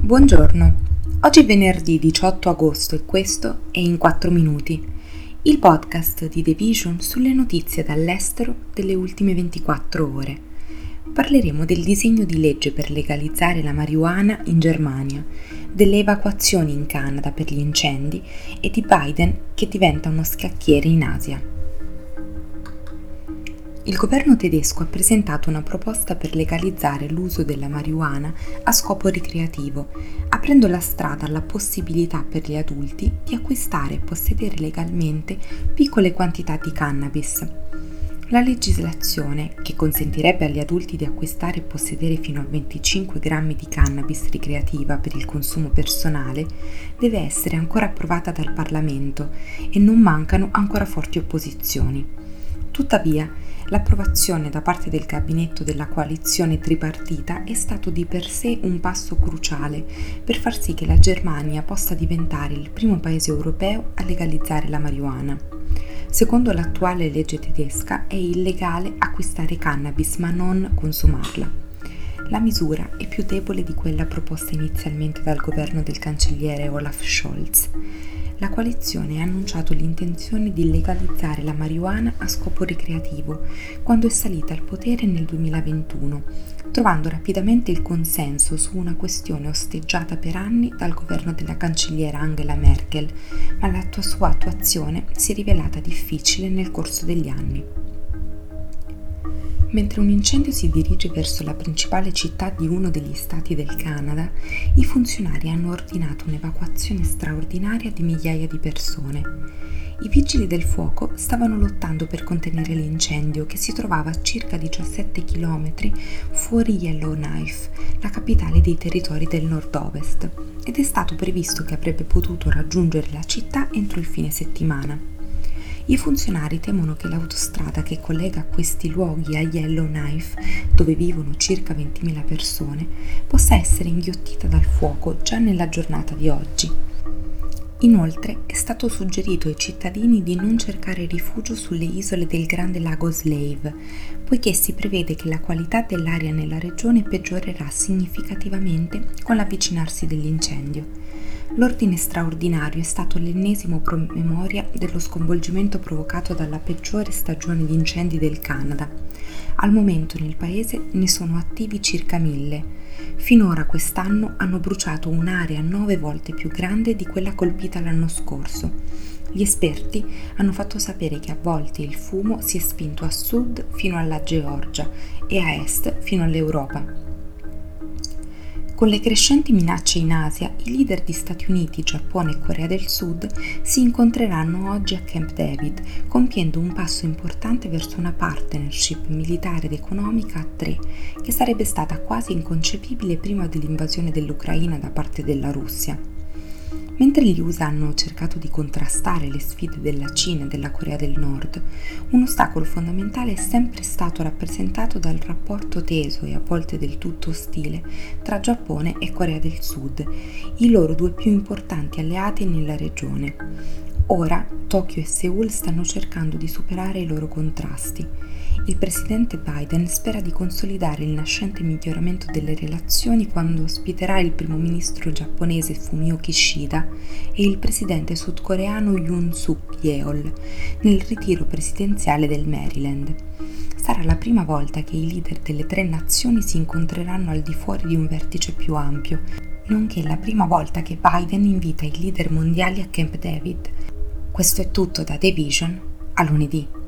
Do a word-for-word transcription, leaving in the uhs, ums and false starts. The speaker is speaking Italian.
Buongiorno, oggi è venerdì diciotto agosto e questo è In quattro minuti, il podcast di The Vision sulle notizie dall'estero delle ultime ventiquattro ore. Parleremo del disegno di legge per legalizzare la marijuana in Germania, delle evacuazioni in Canada per gli incendi e di Biden che diventa uno scacchiere in Asia. Il governo tedesco ha presentato una proposta per legalizzare l'uso della marijuana a scopo ricreativo, aprendo la strada alla possibilità per gli adulti di acquistare e possedere legalmente piccole quantità di cannabis. La legislazione, che consentirebbe agli adulti di acquistare e possedere fino a venticinque grammi di cannabis ricreativa per il consumo personale, deve essere ancora approvata dal Parlamento e non mancano ancora forti opposizioni. Tuttavia, l'approvazione da parte del gabinetto della coalizione tripartita è stato di per sé un passo cruciale per far sì che la Germania possa diventare il primo paese europeo a legalizzare la marijuana. Secondo l'attuale legge tedesca è illegale acquistare cannabis ma non consumarla. La misura è più debole di quella proposta inizialmente dal governo del cancelliere Olaf Scholz. La coalizione ha annunciato l'intenzione di legalizzare la marijuana a scopo ricreativo quando è salita al potere nel duemilaventuno, trovando rapidamente il consenso su una questione osteggiata per anni dal governo della cancelliera Angela Merkel, ma la sua attuazione si è rivelata difficile nel corso degli anni. Mentre un incendio si dirige verso la principale città di uno degli stati del Canada, i funzionari hanno ordinato un'evacuazione straordinaria di migliaia di persone. I vigili del fuoco stavano lottando per contenere l'incendio che si trovava a circa diciassette chilometri fuori Yellowknife, la capitale dei territori del nord-ovest, ed è stato previsto che avrebbe potuto raggiungere la città entro il fine settimana. I funzionari temono che l'autostrada che collega questi luoghi a Yellowknife, dove vivono circa ventimila persone, possa essere inghiottita dal fuoco già nella giornata di oggi. Inoltre è stato suggerito ai cittadini di non cercare rifugio sulle isole del Grande Lago Slave, poiché si prevede che la qualità dell'aria nella regione peggiorerà significativamente con l'avvicinarsi dell'incendio. L'ordine straordinario è stato l'ennesimo promemoria dello sconvolgimento provocato dalla peggiore stagione di incendi del Canada. Al momento nel paese ne sono attivi circa mille. Finora quest'anno hanno bruciato un'area nove volte più grande di quella colpita l'anno scorso. Gli esperti hanno fatto sapere che a volte il fumo si è spinto a sud fino alla Georgia e a est fino all'Europa. Con le crescenti minacce in Asia, i leader di Stati Uniti, Giappone e Corea del Sud si incontreranno oggi a Camp David, compiendo un passo importante verso una partnership militare ed economica a tre, che sarebbe stata quasi inconcepibile prima dell'invasione dell'Ucraina da parte della Russia. Mentre gli U S A hanno cercato di contrastare le sfide della Cina e della Corea del Nord, un ostacolo fondamentale è sempre stato rappresentato dal rapporto teso e a volte del tutto ostile tra Giappone e Corea del Sud, i loro due più importanti alleati nella regione. Ora Tokyo e Seoul stanno cercando di superare i loro contrasti. Il presidente Biden spera di consolidare il nascente miglioramento delle relazioni quando ospiterà il primo ministro giapponese Fumio Kishida e il presidente sudcoreano Yoon Suk Yeol nel ritiro presidenziale del Maryland. Sarà la prima volta che i leader delle tre nazioni si incontreranno al di fuori di un vertice più ampio, nonché la prima volta che Biden invita i leader mondiali a Camp David. Questo è tutto da The Vision, a lunedì.